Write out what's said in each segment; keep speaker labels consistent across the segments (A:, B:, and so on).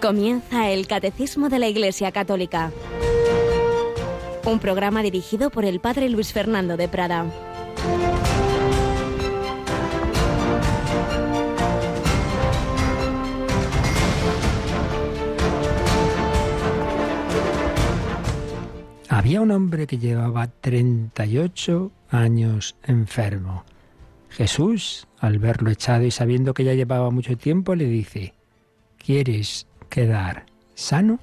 A: Comienza el Catecismo de la Iglesia Católica, un programa dirigido por el Padre Luis Fernando de Prada.
B: Había un hombre que llevaba 38 años enfermo. Jesús, al verlo echado y sabiendo que ya llevaba mucho tiempo, le dice: ¿quieres quedar sano?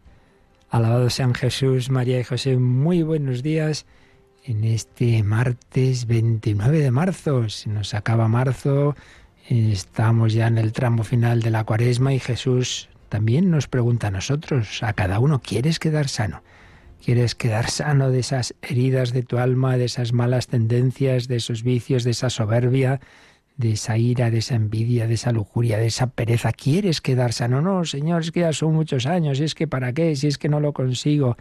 B: Alabado sean Jesús, María y José. Muy buenos días en este martes 29 de marzo. Se nos acaba marzo, estamos ya en el tramo final de la Cuaresma y Jesús también nos pregunta a nosotros, a cada uno: ¿quieres quedar sano? ¿Quieres quedar sano de esas heridas de tu alma, de esas malas tendencias, de esos vicios, de esa soberbia, de esa ira, de esa envidia, de esa lujuria, de esa pereza? ¿Quieres quedar sano? No, Señor, es que ya son muchos años, es que ¿para qué? Si es que no lo consigo.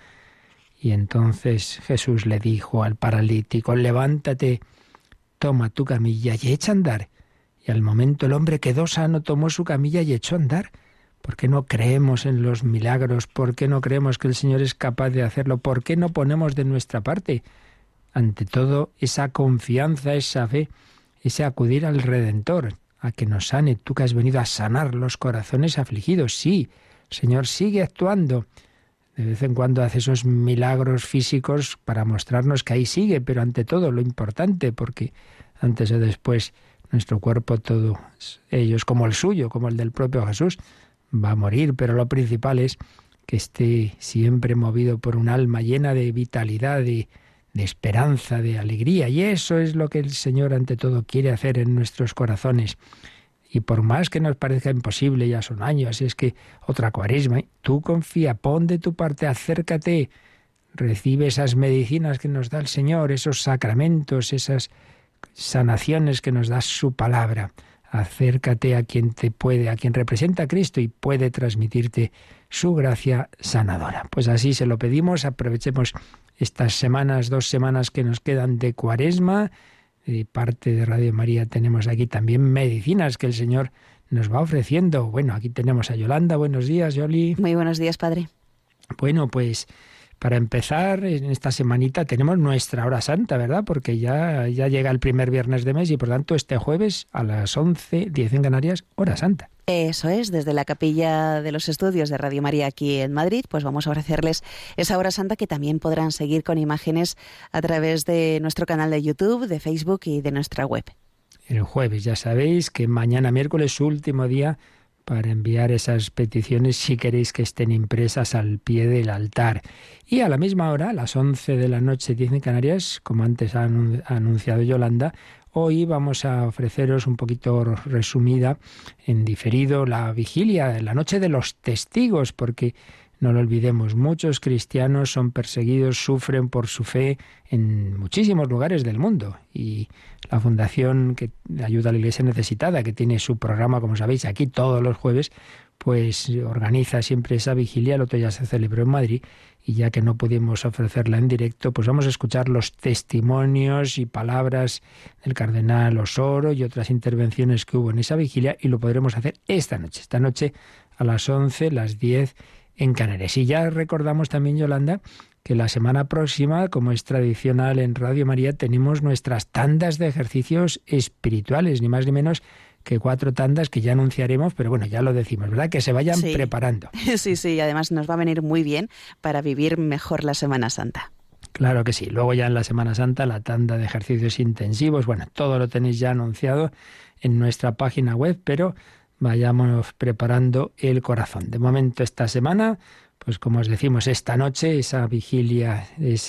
B: Y entonces Jesús le dijo al paralítico: levántate, toma tu camilla y echa a andar. Y al momento el hombre quedó sano, tomó su camilla y echó a andar. ¿Por qué no creemos en los milagros? ¿Por qué no creemos que el Señor es capaz de hacerlo? ¿Por qué no ponemos de nuestra parte? Ante todo, esa confianza, esa fe, ese acudir al Redentor, a que nos sane. Tú que has venido a sanar los corazones afligidos. Sí, el Señor sigue actuando. De vez en cuando hace esos milagros físicos para mostrarnos que ahí sigue, pero ante todo lo importante, porque antes o después nuestro cuerpo, todos ellos, como el suyo, como el del propio Jesús, va a morir, pero lo principal es que esté siempre movido por un alma llena de vitalidad, de esperanza, de alegría. Y eso es lo que el Señor ante todo quiere hacer en nuestros corazones. Y por más que nos parezca imposible, ya son años, es que otra Cuaresma, tú confía, pon de tu parte, acércate, recibe esas medicinas que nos da el Señor, esos sacramentos, esas sanaciones que nos da su palabra. Acércate a quien te puede, a quien representa a Cristo y puede transmitirte su gracia sanadora. Pues así se lo pedimos, aprovechemos estas semanas, 2 semanas que nos quedan de Cuaresma. De parte de Radio María tenemos aquí también medicinas que el Señor nos va ofreciendo. Bueno, aquí tenemos a Yolanda. Buenos días, Yoli.
C: Muy buenos días, Padre.
B: Bueno, pues para empezar, en esta semanita tenemos nuestra hora santa, ¿verdad? Porque ya llega el primer viernes de mes y por tanto este jueves a las 11:10 en Canarias, hora santa.
C: Eso es, desde la Capilla de los Estudios de Radio María aquí en Madrid, pues vamos a ofrecerles esa hora santa que también podrán seguir con imágenes a través de nuestro canal de YouTube, de Facebook y de nuestra web.
B: El jueves, ya sabéis que mañana miércoles, su último día para enviar esas peticiones si queréis que estén impresas al pie del altar. Y a la misma hora, a las 11 de la noche, 10 en Canarias, como antes ha anunciado Yolanda, hoy vamos a ofreceros un poquito resumida, en diferido, la vigilia, la noche de los testigos, porque no lo olvidemos, muchos cristianos son perseguidos, sufren por su fe en muchísimos lugares del mundo. Y la Fundación que Ayuda a la Iglesia Necesitada, que tiene su programa, como sabéis, aquí todos los jueves, pues organiza siempre esa vigilia. El otro ya se celebró en Madrid y ya que no pudimos ofrecerla en directo, pues vamos a escuchar los testimonios y palabras del cardenal Osoro y otras intervenciones que hubo en esa vigilia y lo podremos hacer esta noche a las 11, las 10 en Canarias. Y ya recordamos también, Yolanda, que la semana próxima, como es tradicional en Radio María, tenemos nuestras tandas de ejercicios espirituales, ni más ni menos que 4 tandas que ya anunciaremos, pero bueno, ya lo decimos, ¿verdad? Que se vayan preparando.
C: Sí, además nos va a venir muy bien para vivir mejor la Semana Santa.
B: Claro que sí. Luego ya en la Semana Santa, la tanda de ejercicios intensivos, bueno, todo lo tenéis ya anunciado en nuestra página web, pero vayamos preparando el corazón. De momento esta semana, pues como os decimos, esta noche, esa vigilia,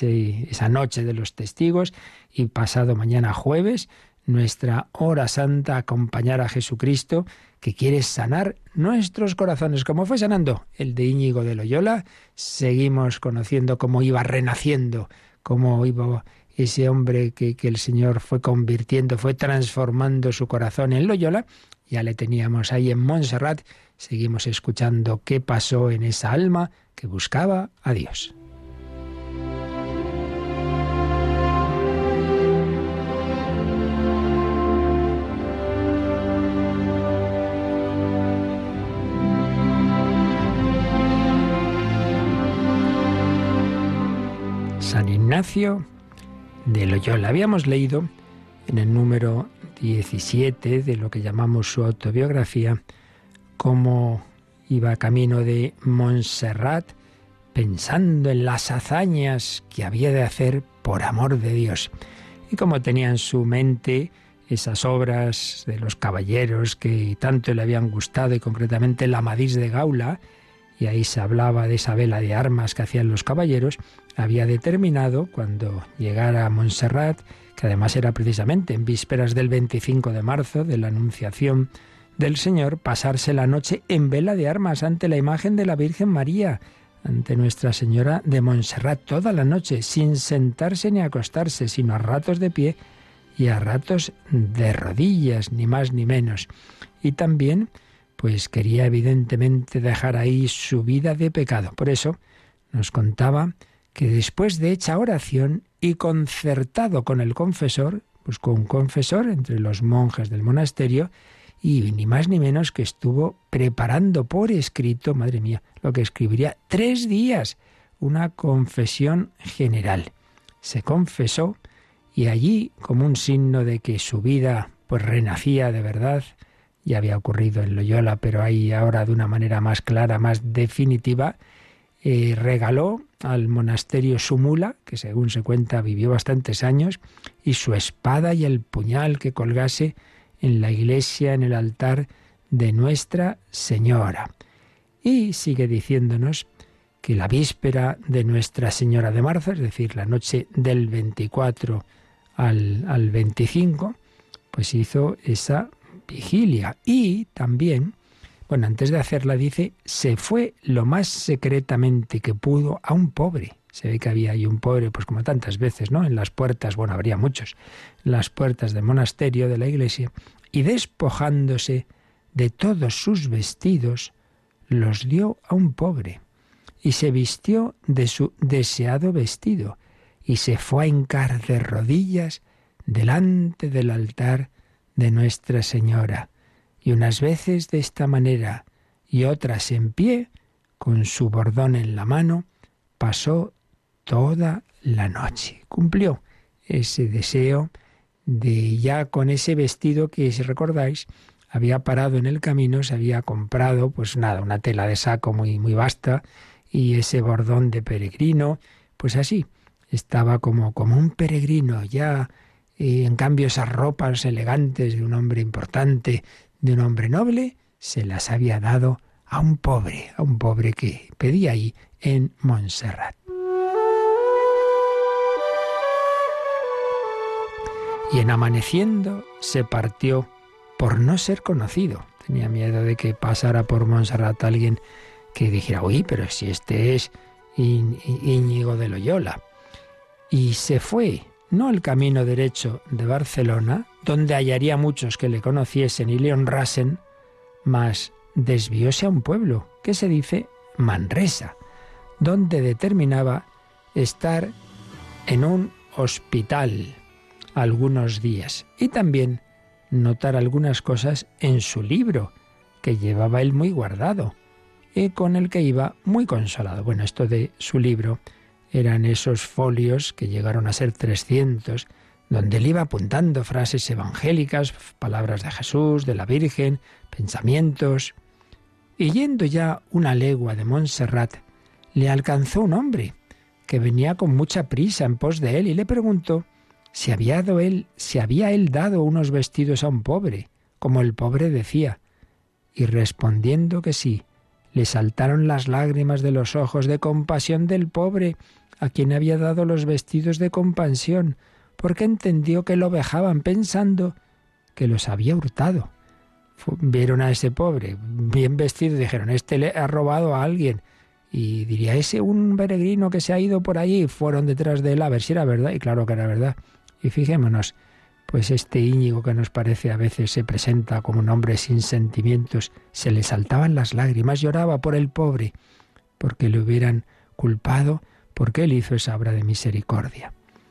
B: esa noche de los testigos, y pasado mañana jueves, nuestra hora santa, acompañar a Jesucristo, que quiere sanar nuestros corazones, como fue sanando el de Íñigo de Loyola. Seguimos conociendo cómo iba renaciendo, cómo iba ese hombre que el Señor fue convirtiendo, fue transformando su corazón en Loyola. Ya le teníamos ahí en Montserrat. Seguimos escuchando qué pasó en esa alma que buscaba a Dios. San Ignacio de Loyola. Habíamos leído en el número 17 de lo que llamamos su autobiografía cómo iba camino de Montserrat pensando en las hazañas que había de hacer por amor de Dios, y cómo tenía en su mente esas obras de los caballeros que tanto le habían gustado, y concretamente la Amadís de Gaula, y ahí se hablaba de esa vela de armas que hacían los caballeros. Había determinado, cuando llegara a Montserrat, que además era precisamente en vísperas del 25 de marzo, de la Anunciación del Señor, pasarse la noche en vela de armas ante la imagen de la Virgen María, ante Nuestra Señora de Montserrat, toda la noche, sin sentarse ni acostarse, sino a ratos de pie y a ratos de rodillas, ni más ni menos. Y también, pues quería evidentemente dejar ahí su vida de pecado. Por eso nos contaba que después de hecha oración y concertado con el confesor, buscó un confesor entre los monjes del monasterio, y ni más ni menos que estuvo preparando por escrito, madre mía, lo que escribiría 3 días, una confesión general. Se confesó, y allí, como un signo de que su vida pues renacía de verdad, ya había ocurrido en Loyola, pero ahí ahora de una manera más clara, más definitiva, regaló al monasterio su mula, que según se cuenta vivió bastantes años, y su espada y el puñal que colgase en la iglesia, en el altar de Nuestra Señora. Y sigue diciéndonos que la víspera de Nuestra Señora de marzo, es decir, la noche del 24 al 25, pues hizo esa vigilia. Y también, bueno, antes de hacerla dice, se fue lo más secretamente que pudo a un pobre. Se ve que había ahí un pobre, pues como tantas veces, ¿no? En las puertas, bueno, habría muchos, en las puertas del monasterio, de la iglesia, y despojándose de todos sus vestidos, los dio a un pobre, y se vistió de su deseado vestido, y se fue a hincar de rodillas delante del altar de Nuestra Señora, y unas veces de esta manera y otras en pie, con su bordón en la mano, pasó toda la noche. Cumplió ese deseo de ya con ese vestido que, si recordáis, había parado en el camino, se había comprado, pues nada, una tela de saco muy, muy vasta y ese bordón de peregrino, pues así, estaba como un peregrino ya. En cambio, esas ropas elegantes de un hombre importante, de un hombre noble, se las había dado a un pobre que pedía ahí en Montserrat. Y en amaneciendo se partió por no ser conocido. Tenía miedo de que pasara por Montserrat alguien que dijera, uy, pero si este es Íñigo de Loyola. Y se fue, no el camino derecho de Barcelona, donde hallaría muchos que le conociesen y le honrasen, mas desvióse a un pueblo que se dice Manresa, donde determinaba estar en un hospital algunos días y también notar algunas cosas en su libro, que llevaba él muy guardado y con el que iba muy consolado. Bueno, esto de su libro eran esos folios que llegaron a ser 300, donde él iba apuntando frases evangélicas, palabras de Jesús, de la Virgen, pensamientos. Y yendo ya una legua de Montserrat, le alcanzó un hombre que venía con mucha prisa en pos de él y le preguntó si había él dado unos vestidos a un pobre, como el pobre decía. Y respondiendo que sí, le saltaron las lágrimas de los ojos de compasión del pobre, a quien había dado los vestidos de compasión, porque entendió que lo vejaban pensando que los había hurtado. Vieron a ese pobre bien vestido y dijeron, este le ha robado a alguien. Y diría, ese un peregrino que se ha ido por allí. Fueron detrás de él a ver si era verdad, y claro que era verdad. Y fijémonos, pues este Íñigo que nos parece a veces se presenta como un hombre sin sentimientos, se le saltaban las lágrimas, lloraba por el pobre, porque le hubieran culpado, porque él hizo esa obra de misericordia.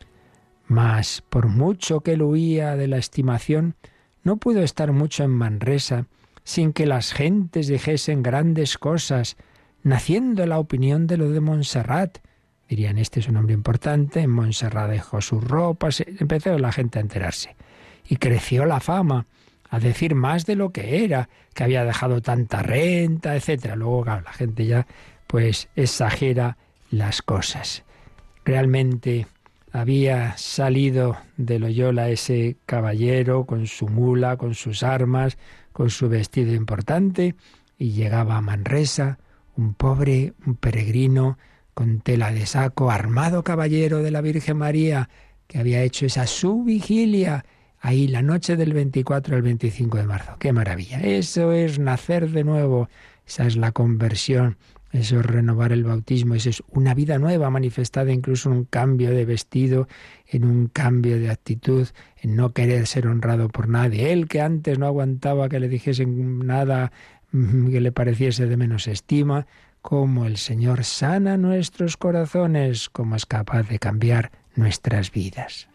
B: Mas, por mucho que él huía de la estimación, no pudo estar mucho en Manresa sin que las gentes dijesen grandes cosas, naciendo la opinión de lo de Montserrat, dirían, este es un hombre importante, en Montserrat dejó sus ropas, empezó la gente a enterarse. Y creció la fama, a decir más de lo que era, que había dejado tanta renta, etcétera. Luego, claro, la gente ya pues exagera las cosas. Realmente había salido de Loyola ese caballero con su mula, con sus armas, con su vestido importante, y llegaba a Manresa, un pobre, un peregrino, con tela de saco, armado caballero de la Virgen María, que había hecho esa su vigilia ahí la noche del 24 al 25 de marzo. ¡Qué maravilla! Eso es nacer de nuevo, esa es la conversión, eso es renovar el bautismo, eso es una vida nueva manifestada incluso en un cambio de vestido, en un cambio de actitud, en no querer ser honrado por nadie. Él que antes no aguantaba que le dijesen nada que le pareciese de menos estima, cómo el Señor sana nuestros corazones, cómo es capaz de cambiar nuestras vidas.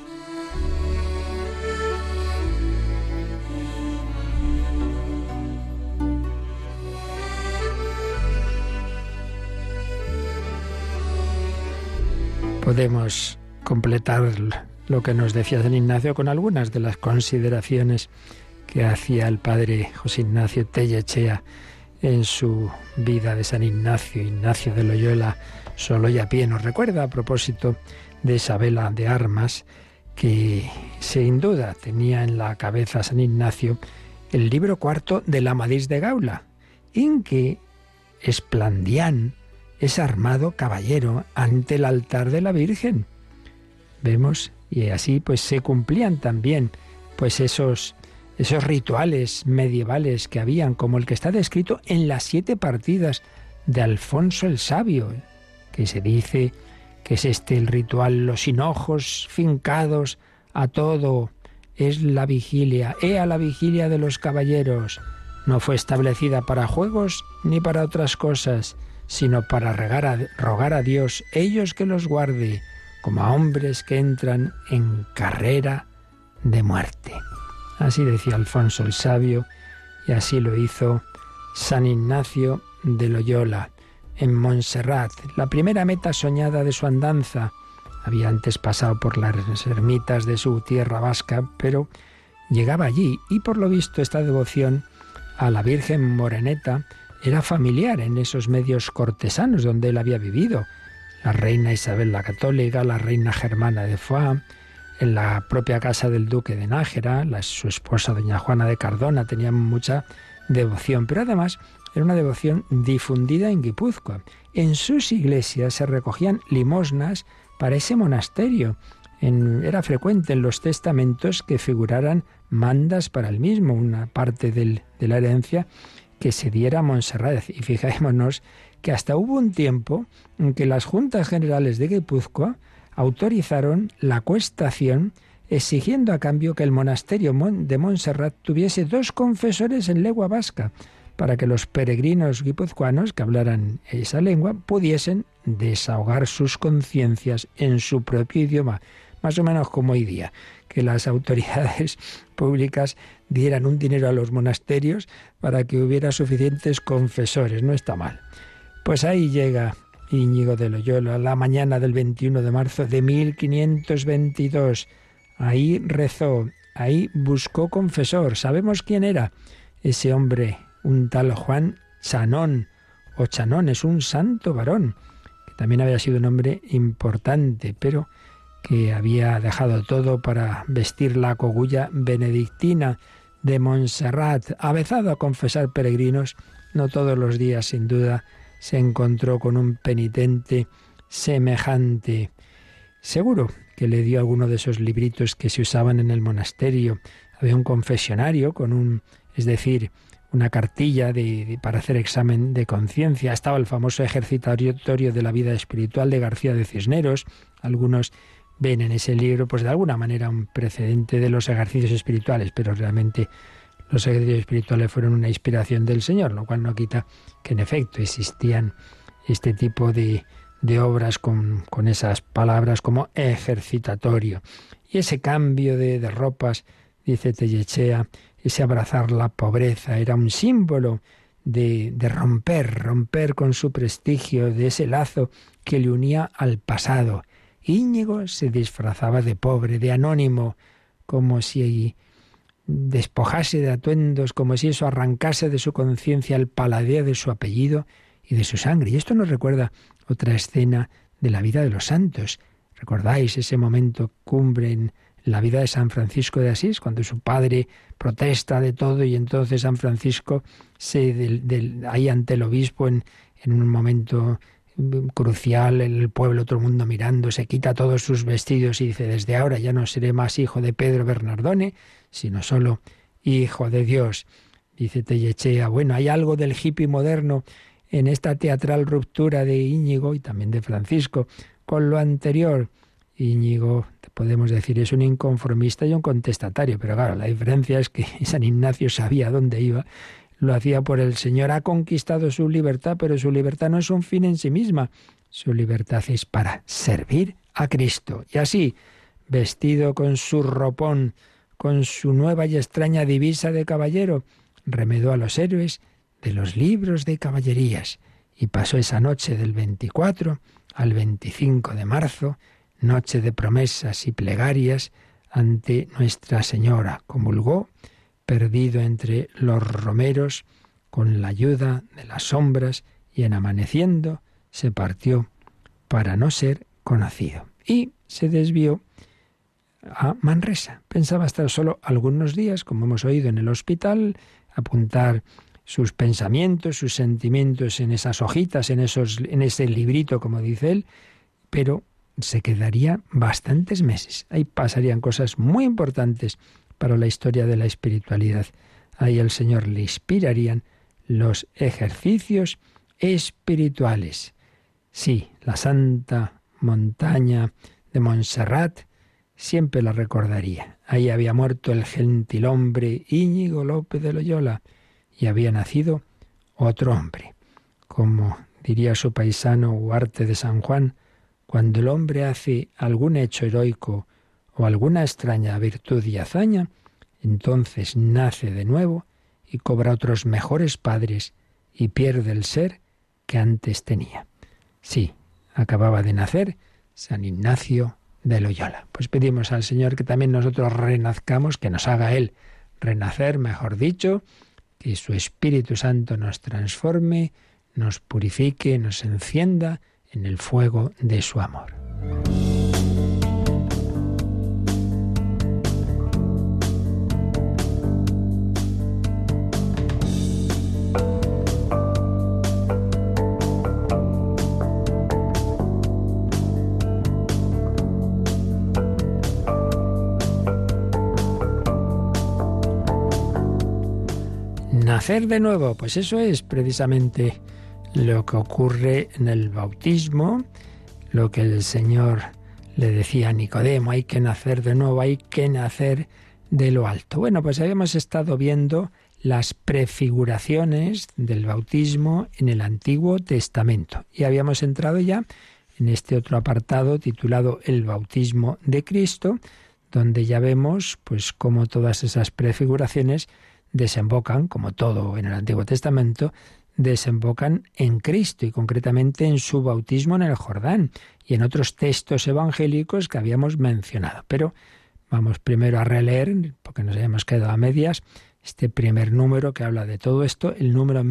B: Podemos completar lo que nos decía San Ignacio con algunas de las consideraciones que hacía el padre José Ignacio Tellechea en su vida de San Ignacio, Ignacio de Loyola, solo y a pie. Nos recuerda a propósito de Isabela de Armas, que sin duda tenía en la cabeza San Ignacio el libro cuarto del Amadís de Gaula, en que Esplandián es armado caballero ante el altar de la Virgen. Vemos, y así pues se cumplían también pues esos rituales medievales que habían, como el que está descrito en las 7 partidas de Alfonso el Sabio, que se dice que es el ritual, los hinojos fincados a todo, es la vigilia, ea la vigilia de los caballeros, no fue establecida para juegos ni para otras cosas, sino para rogar a Dios, ellos que los guarde, como a hombres que entran en carrera de muerte. Así decía Alfonso el Sabio, y así lo hizo San Ignacio de Loyola, en Montserrat, la primera meta soñada de su andanza. Había antes pasado por las ermitas de su tierra vasca, pero llegaba allí, y por lo visto esta devoción a la Virgen Moreneta era familiar en esos medios cortesanos donde él había vivido. La reina Isabel la Católica, la reina Germana de Foix, en la propia casa del duque de Nájera, su esposa doña Juana de Cardona, tenían mucha devoción, pero además era una devoción difundida en Guipúzcoa. En sus iglesias se recogían limosnas para ese monasterio. Era frecuente en los testamentos que figuraran mandas para el mismo, una parte de la herencia que se diera a Montserrat. Y fijémonos que hasta hubo un tiempo en que las Juntas Generales de Guipúzcoa autorizaron la coestación, exigiendo a cambio que el monasterio de Montserrat tuviese 2 confesores en lengua vasca, para que los peregrinos guipuzcoanos que hablaran esa lengua pudiesen desahogar sus conciencias en su propio idioma, más o menos como hoy día, que las autoridades públicas dieran un dinero a los monasterios para que hubiera suficientes confesores. No está mal. Pues ahí llega Íñigo de Loyola, la mañana del 21 de marzo de 1522. Ahí rezó, ahí buscó confesor. ¿Sabemos quién era? Ese hombre, un tal Juan Chanón, o Chanón, es un santo varón, que también había sido un hombre importante, pero que había dejado todo para vestir la cogulla benedictina de Montserrat, avezado a confesar peregrinos. No todos los días, sin duda, se encontró con un penitente semejante. Seguro que le dio alguno de esos libritos que se usaban en el monasterio. Había un confesionario con una cartilla para hacer examen de conciencia. Estaba el famoso ejercitatorio de la vida espiritual de García de Cisneros. Algunos ven en ese libro, pues de alguna manera, un precedente de los ejercicios espirituales, pero realmente los ejercicios espirituales fueron una inspiración del Señor, lo cual no quita que en efecto existían este tipo de obras con esas palabras como ejercitatorio. Y ese cambio de ropas, dice Tellechea, ese abrazar la pobreza, era un símbolo de romper con su prestigio, de ese lazo que le unía al pasado. Íñigo se disfrazaba de pobre, de anónimo, como si despojase de atuendos, como si eso arrancase de su conciencia el paladeo de su apellido y de su sangre. Y esto nos recuerda otra escena de la vida de los santos. ¿Recordáis ese momento cumbre en la vida de San Francisco de Asís, cuando su padre protesta de todo y entonces San Francisco ahí ante el obispo en un momento crucial, el pueblo, todo el mundo mirando, se quita todos sus vestidos y dice: desde ahora ya no seré más hijo de Pedro Bernardone, sino solo hijo de Dios? Dice Tellechea, bueno, hay algo del hippie moderno en esta teatral ruptura de Íñigo y también de Francisco con lo anterior. Íñigo, podemos decir, es un inconformista y un contestatario, pero claro, la diferencia es que San Ignacio sabía dónde iba, lo hacía por el Señor, ha conquistado su libertad, pero su libertad no es un fin en sí misma, su libertad es para servir a Cristo. Y así, vestido con su ropón, con su nueva y extraña divisa de caballero, remedó a los héroes de los libros de caballerías y pasó esa noche del 24 al 25 de marzo, noche de promesas y plegarias ante Nuestra Señora. Comulgó, perdido entre los romeros, con la ayuda de las sombras, y en amaneciendo se partió para no ser conocido. Y se desvió a Manresa. Pensaba estar solo algunos días, como hemos oído, en el hospital, apuntar sus pensamientos, sus sentimientos en esas hojitas, en ese librito, como dice él, pero se quedaría bastantes meses. Ahí pasarían cosas muy importantes para la historia de la espiritualidad. Ahí el Señor le inspirarían los ejercicios espirituales. Sí, la santa montaña de Montserrat siempre la recordaría. Ahí había muerto el gentilhombre Íñigo López de Loyola y había nacido otro hombre. Como diría su paisano Huarte de San Juan, cuando el hombre hace algún hecho heroico o alguna extraña virtud y hazaña, entonces nace de nuevo y cobra otros mejores padres y pierde el ser que antes tenía. Sí, acababa de nacer San Ignacio de Loyola. Pues pedimos al Señor que también nosotros renazcamos, que nos haga Él renacer, mejor dicho, que su Espíritu Santo nos transforme, nos purifique, nos encienda en el fuego de su amor. Nacer de nuevo, pues eso es precisamente lo que ocurre en el bautismo, lo que el Señor le decía a Nicodemo: hay que nacer de nuevo, hay que nacer de lo alto. Bueno, pues habíamos estado viendo las prefiguraciones del bautismo en el Antiguo Testamento y habíamos entrado ya en este otro apartado titulado El bautismo de Cristo, donde ya vemos pues cómo todas esas prefiguraciones desembocan, como todo en el Antiguo Testamento, desembocan en Cristo y concretamente en su bautismo en el Jordán y en otros textos evangélicos que habíamos mencionado. Pero vamos primero a releer, porque nos habíamos quedado a medias, este primer número que habla de todo esto, el número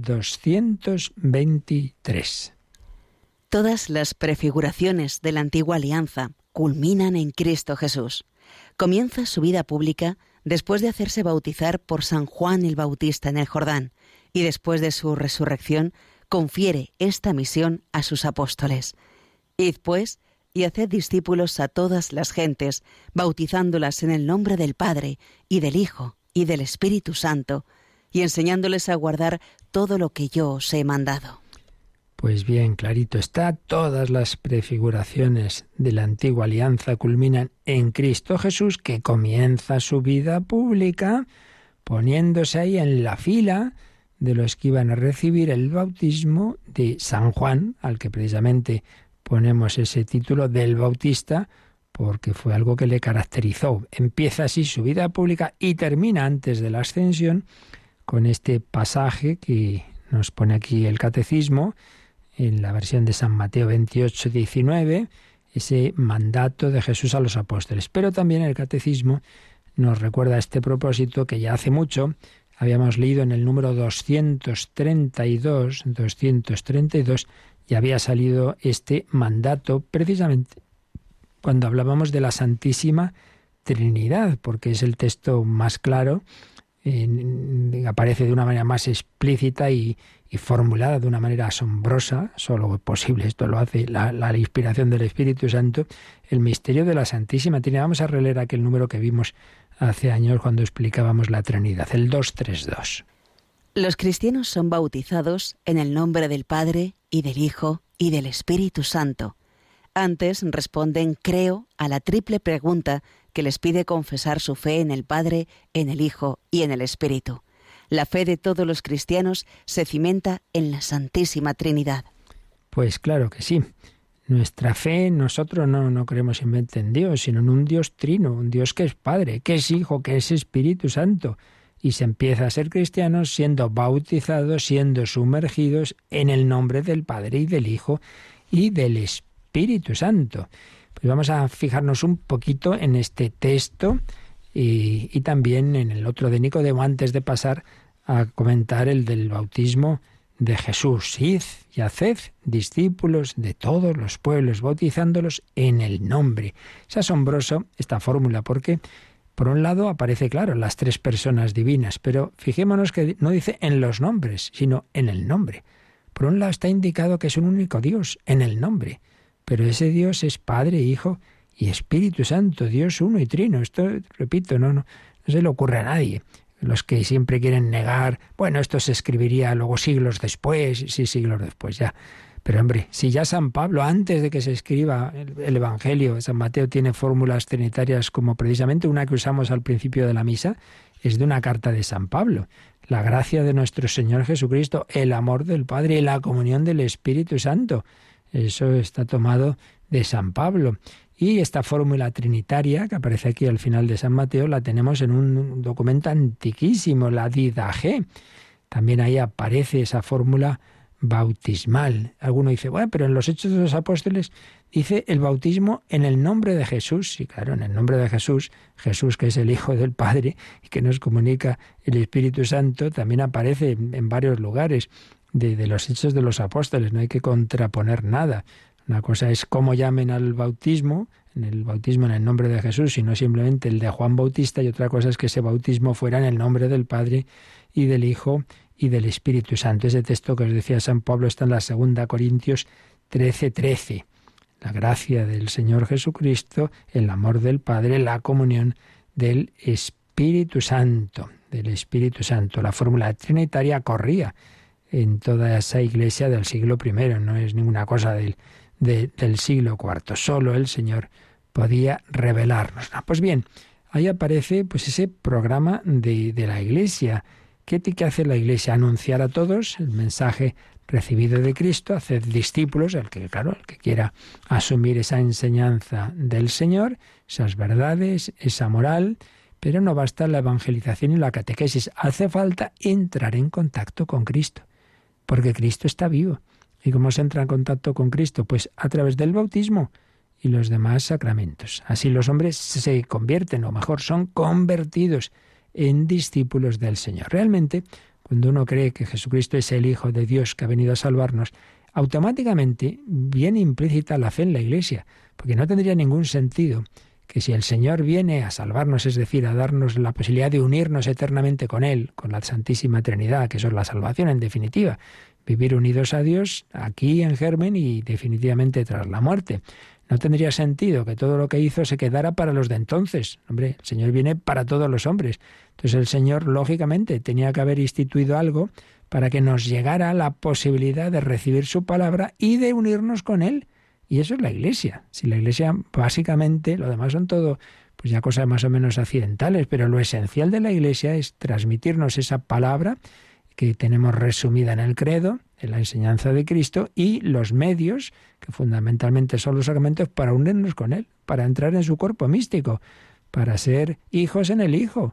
B: 1223.
C: Todas las prefiguraciones de la antigua alianza culminan en Cristo Jesús. Comienza su vida pública después de hacerse bautizar por San Juan el Bautista en el Jordán, y después de su resurrección confiere esta misión a sus apóstoles. Id pues y haced discípulos a todas las gentes, bautizándolas en el nombre del Padre y del Hijo y del Espíritu Santo, y enseñándoles a guardar todo lo que yo os he mandado.
B: Pues bien, clarito está, todas las prefiguraciones de la antigua alianza culminan en Cristo Jesús, que comienza su vida pública poniéndose ahí en la fila de los que iban a recibir el bautismo de San Juan, al que precisamente ponemos ese título del Bautista, porque fue algo que le caracterizó. Empieza así su vida pública y termina antes de la ascensión con este pasaje que nos pone aquí el Catecismo, en la versión de San Mateo 28, 19, ese mandato de Jesús a los apóstoles. Pero también el Catecismo nos recuerda a este propósito que ya hace mucho habíamos leído en el número 232, y había salido este mandato precisamente cuando hablábamos de la Santísima Trinidad, porque es el texto más claro, aparece de una manera más explícita y formulada de una manera asombrosa, solo posible, esto lo hace la inspiración del Espíritu Santo, el misterio de la Santísima Trinidad. Vamos a releer aquel número que vimos hace años cuando explicábamos la Trinidad, el 232.
C: Los cristianos son bautizados en el nombre del Padre y del Hijo y del Espíritu Santo. Antes responden creo a la triple pregunta que les pide confesar su fe en el Padre, en el Hijo y en el Espíritu. La fe de todos los cristianos se cimenta en la Santísima Trinidad.
B: Pues claro que sí. Nuestra fe, nosotros no creemos simplemente en Dios, sino en un Dios trino, un Dios que es Padre, que es Hijo, que es Espíritu Santo. Y se empieza a ser cristianos siendo bautizados, siendo sumergidos en el nombre del Padre y del Hijo y del Espíritu Santo. Pues vamos a fijarnos un poquito en este texto y también en el otro de Nicodemo antes de pasar a comentar el del bautismo de Jesús. Id y haced discípulos de todos los pueblos, bautizándolos en el nombre. Es asombroso esta fórmula porque, por un lado, aparece claro las tres personas divinas, pero fijémonos que no dice en los nombres, sino en el nombre. Por un lado está indicado que es un único Dios, en el nombre, pero ese Dios es Padre, Hijo y Espíritu Santo, Dios uno y trino. Esto, repito, no se le ocurre a nadie. Los que siempre quieren negar, bueno, esto se escribiría luego siglos después, sí, siglos después ya. Pero hombre, si ya San Pablo, antes de que se escriba el Evangelio, San Mateo tiene fórmulas trinitarias como precisamente una que usamos al principio de la misa, es de una carta de San Pablo. La gracia de nuestro Señor Jesucristo, el amor del Padre y la comunión del Espíritu Santo. Eso está tomado de San Pablo. Y esta fórmula trinitaria, que aparece aquí al final de San Mateo, la tenemos en un documento antiquísimo, la Didache. También ahí aparece esa fórmula bautismal. Alguno dice, bueno, pero en los Hechos de los Apóstoles dice el bautismo en el nombre de Jesús. Sí, claro, en el nombre de Jesús, Jesús que es el Hijo del Padre y que nos comunica el Espíritu Santo, también aparece en varios lugares de los Hechos de los Apóstoles. No hay que contraponer nada. Una cosa es cómo llamen al bautismo, en el nombre de Jesús, y no simplemente el de Juan Bautista, y otra cosa es que ese bautismo fuera en el nombre del Padre y del Hijo y del Espíritu Santo. Ese texto que os decía San Pablo está en la 2 Corintios 13:13. La gracia del Señor Jesucristo, el amor del Padre, la comunión del Espíritu Santo, La fórmula trinitaria corría en toda esa iglesia del siglo I, no es ninguna cosa del siglo IV. Solo el Señor podía revelarnos. Pues bien, ahí aparece pues ese programa de la Iglesia. ¿Qué hace la Iglesia? Anunciar a todos el mensaje recibido de Cristo, hacer discípulos, el que quiera asumir esa enseñanza del Señor, esas verdades, esa moral, pero no basta la evangelización y la catequesis. Hace falta entrar en contacto con Cristo, porque Cristo está vivo. ¿Y cómo se entra en contacto con Cristo? Pues a través del bautismo y los demás sacramentos. Así los hombres se convierten, o mejor, son convertidos en discípulos del Señor. Realmente, cuando uno cree que Jesucristo es el Hijo de Dios que ha venido a salvarnos, automáticamente viene implícita la fe en la Iglesia, porque no tendría ningún sentido que si el Señor viene a salvarnos, es decir, a darnos la posibilidad de unirnos eternamente con Él, con la Santísima Trinidad, que eso es la salvación en definitiva, vivir unidos a Dios aquí en germen y definitivamente tras la muerte. No tendría sentido que todo lo que hizo se quedara para los de entonces. Hombre, el Señor viene para todos los hombres. Entonces el Señor, lógicamente, tenía que haber instituido algo para que nos llegara la posibilidad de recibir su palabra y de unirnos con Él. Y eso es la Iglesia. Si la Iglesia, básicamente, lo demás son todo, pues ya cosas más o menos accidentales, pero lo esencial de la Iglesia es transmitirnos esa palabra que tenemos resumida en el credo, en la enseñanza de Cristo, y los medios, que fundamentalmente son los sacramentos, para unirnos con Él, para entrar en su cuerpo místico, para ser hijos en el Hijo.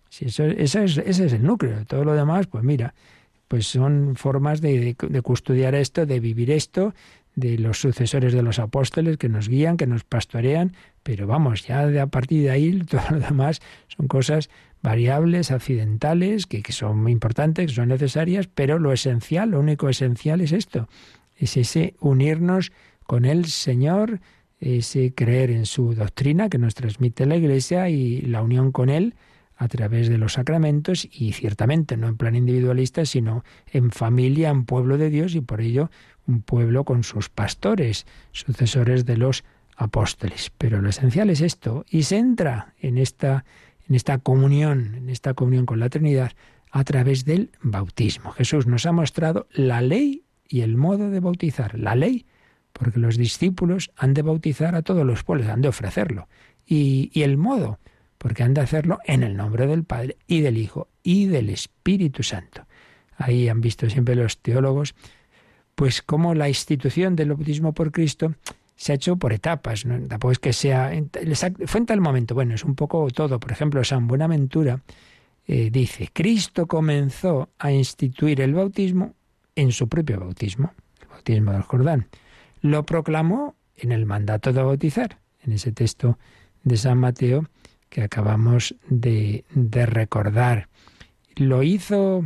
B: Si ese es el núcleo. Todo lo demás, pues mira, pues son formas de custodiar esto, de vivir esto, de los sucesores de los apóstoles que nos guían, que nos pastorean, pero vamos, ya a partir de ahí todo lo demás son cosas variables, accidentales, que son muy importantes, que son necesarias, pero lo esencial, lo único esencial es esto, es ese unirnos con el Señor, ese creer en su doctrina que nos transmite la Iglesia y la unión con Él a través de los sacramentos y ciertamente no en plan individualista, sino en familia, en pueblo de Dios y por ello un pueblo con sus pastores, sucesores de los apóstoles. Pero lo esencial es esto y se entra en esta comunión con la Trinidad a través del bautismo. Jesús nos ha mostrado la ley y el modo de bautizar. La ley, porque los discípulos han de bautizar a todos los pueblos, han de ofrecerlo. Y el modo, porque han de hacerlo en el nombre del Padre y del Hijo y del Espíritu Santo. Ahí han visto siempre los teólogos, pues cómo la institución del bautismo por Cristo se ha hecho por etapas, ¿no? Tampoco es que sea... Fue en tal momento, bueno, es un poco todo. Por ejemplo, San Buenaventura dice, Cristo comenzó a instituir el bautismo en su propio bautismo, el bautismo del Jordán. Lo proclamó en el mandato de bautizar, en ese texto de San Mateo que acabamos de recordar. Lo hizo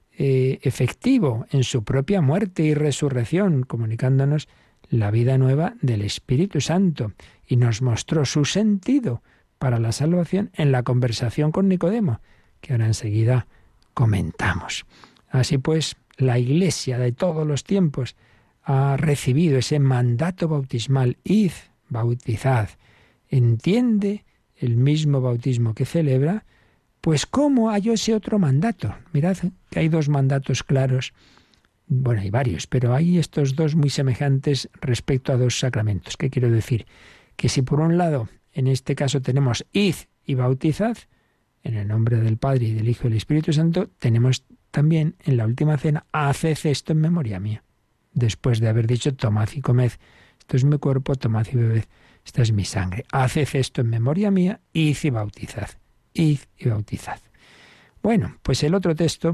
B: efectivo en su propia muerte y resurrección, comunicándonos la vida nueva del Espíritu Santo, y nos mostró su sentido para la salvación en la conversación con Nicodemo, que ahora enseguida comentamos. Así pues, la Iglesia de todos los tiempos ha recibido ese mandato bautismal, id, bautizad, entiende el mismo bautismo que celebra, pues ¿cómo hay ese otro mandato? Mirad que hay dos mandatos claros, bueno, hay varios, pero hay estos dos muy semejantes respecto a dos sacramentos. ¿Qué quiero decir? Que si por un lado, en este caso tenemos id y bautizad, en el nombre del Padre y del Hijo y del Espíritu Santo, tenemos también en la última cena, haced esto en memoria mía. Después de haber dicho, tomad y comed, esto es mi cuerpo, tomad y bebed, esta es mi sangre. Haced esto en memoria mía, id y bautizad. Id y bautizad. Bueno, pues el otro texto,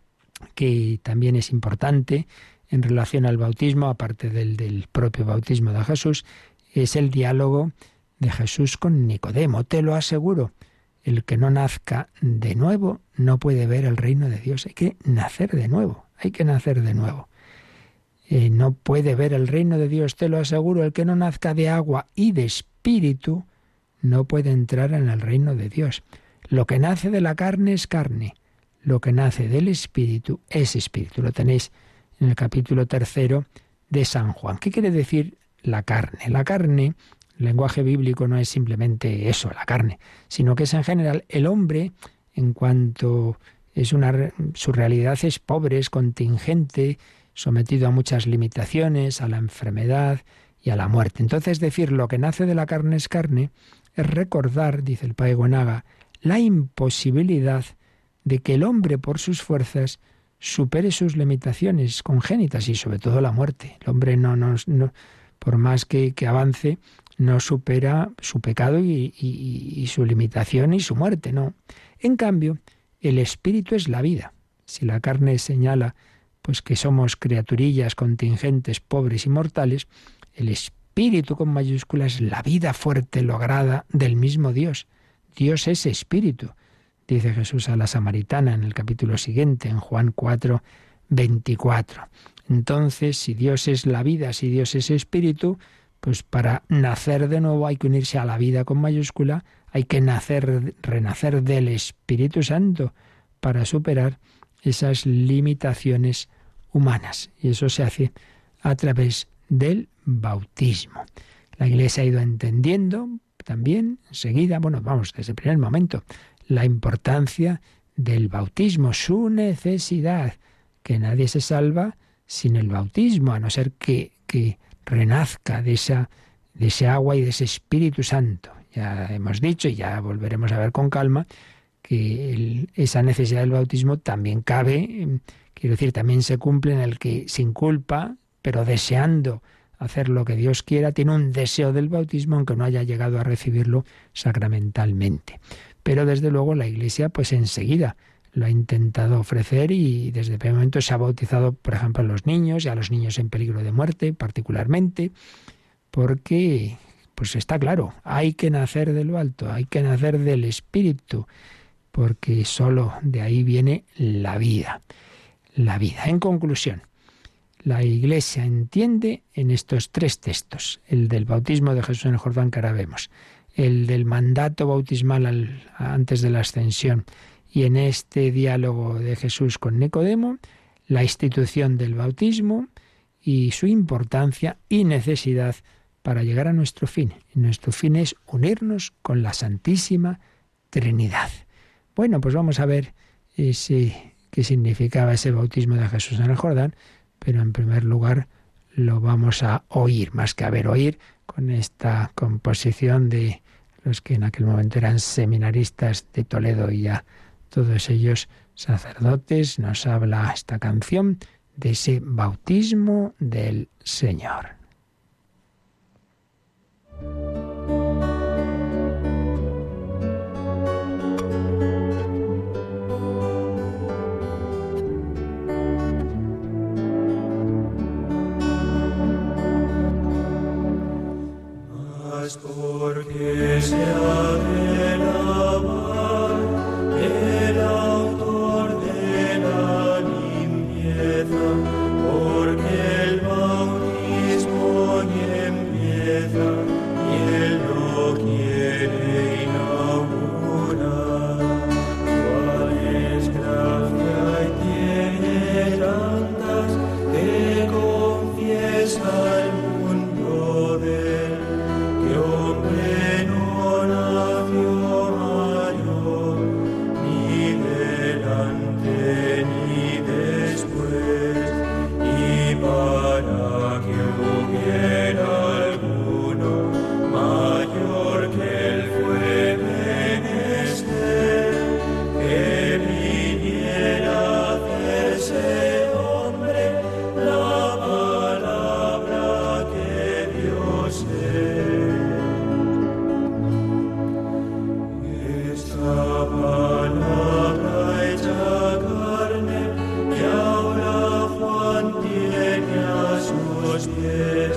B: que también es importante en relación al bautismo, aparte del propio bautismo de Jesús, es el diálogo de Jesús con Nicodemo. Te lo aseguro, el que no nazca de nuevo no puede ver el reino de Dios. Hay que nacer de nuevo, hay que nacer de nuevo. No puede ver el reino de Dios, te lo aseguro, el que no nazca de agua y de espíritu no puede entrar en el reino de Dios. Lo que nace de la carne es carne, lo que nace del espíritu es espíritu. Lo tenéis en el capítulo 3 de San Juan. ¿Qué quiere decir la carne? La carne, el lenguaje bíblico no es simplemente eso, la carne, sino que es en general el hombre, en cuanto su realidad es pobre, es contingente, sometido a muchas limitaciones, a la enfermedad y a la muerte. Entonces decir lo que nace de la carne es carne es recordar, dice el Padre Gonaga, la imposibilidad de que el hombre por sus fuerzas supere sus limitaciones congénitas y sobre todo la muerte. El hombre no por más que avance, no supera su pecado y su limitación y su muerte, no. En cambio, el espíritu es la vida. Si la carne señala pues que somos criaturillas contingentes, pobres y mortales, el espíritu con mayúsculas es la vida fuerte, lograda del mismo Dios. Dios es espíritu, dice Jesús a la samaritana en el capítulo siguiente, en Juan 4, 24. Entonces, si Dios es la vida, si Dios es espíritu, pues para nacer de nuevo hay que unirse a la vida con mayúscula, hay que renacer del Espíritu Santo para superar esas limitaciones humanas. Y eso se hace a través del bautismo. La Iglesia ha ido entendiendo también, enseguida, desde el primer momento, la importancia del bautismo, su necesidad, que nadie se salva sin el bautismo, a no ser que renazca de ese agua y de ese Espíritu Santo. Ya hemos dicho, y ya volveremos a ver con calma, que esa necesidad del bautismo también cabe, quiero decir, también se cumple en el que sin culpa, pero deseando hacer lo que Dios quiera, tiene un deseo del bautismo aunque no haya llegado a recibirlo sacramentalmente. Pero desde luego la Iglesia pues enseguida lo ha intentado ofrecer y desde el primer momento se ha bautizado, por ejemplo, a los niños y a los niños en peligro de muerte particularmente, porque pues está claro, hay que nacer de lo alto, hay que nacer del Espíritu, porque solo de ahí viene la vida. La vida. En conclusión, la Iglesia entiende en estos tres textos, el del bautismo de Jesús en el Jordán que ahora vemos, el del mandato bautismal antes de la ascensión y en este diálogo de Jesús con Nicodemo, la institución del bautismo y su importancia y necesidad para llegar a nuestro fin. Y nuestro fin es unirnos con la Santísima Trinidad. Bueno, pues vamos a ver qué significaba ese bautismo de Jesús en el Jordán, pero en primer lugar lo vamos a oír, más que a ver, oír con esta composición de los que en aquel momento eran seminaristas de Toledo y ya todos ellos sacerdotes. Nos habla esta canción de ese bautismo del Señor.
D: Porque se abre la mar, el autor de la limpieza, porque el bautismo ni empieza y él lo quiere inaugurar. Cuál es gracia y tiene tantas que confiesa el mundo de él. Hombre no nació mayor, ni delante ni después, y para que hubiera alguno mayor que él fue menester, que viniera a hacerse hombre la palabra que Dios es. La palabra hecha carne, que ahora Juan tiene a sus pies,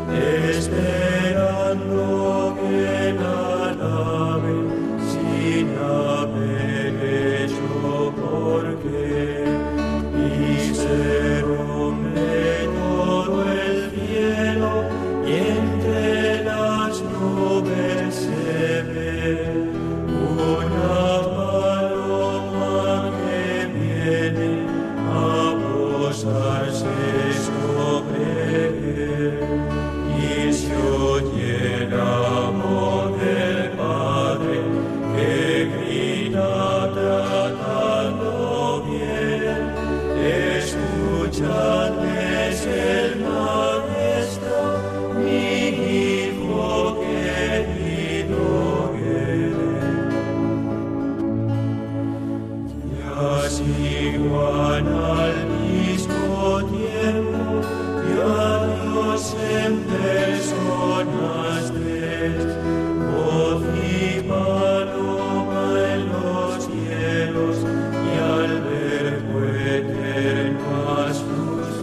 D: esperando que la lave sin haber hecho por qué, y ser hombre todo el cielo, y entre las nubes se ve una paloma que viene a posarse sobre él, y se oye la voz del Padre que grita tratando bien: escuchad, es el Maestro, mi Hijo querido que así igual al mismo tiempo dio a Dios en personas tres, voz y paloma en los cielos y al Verbo eterno a sus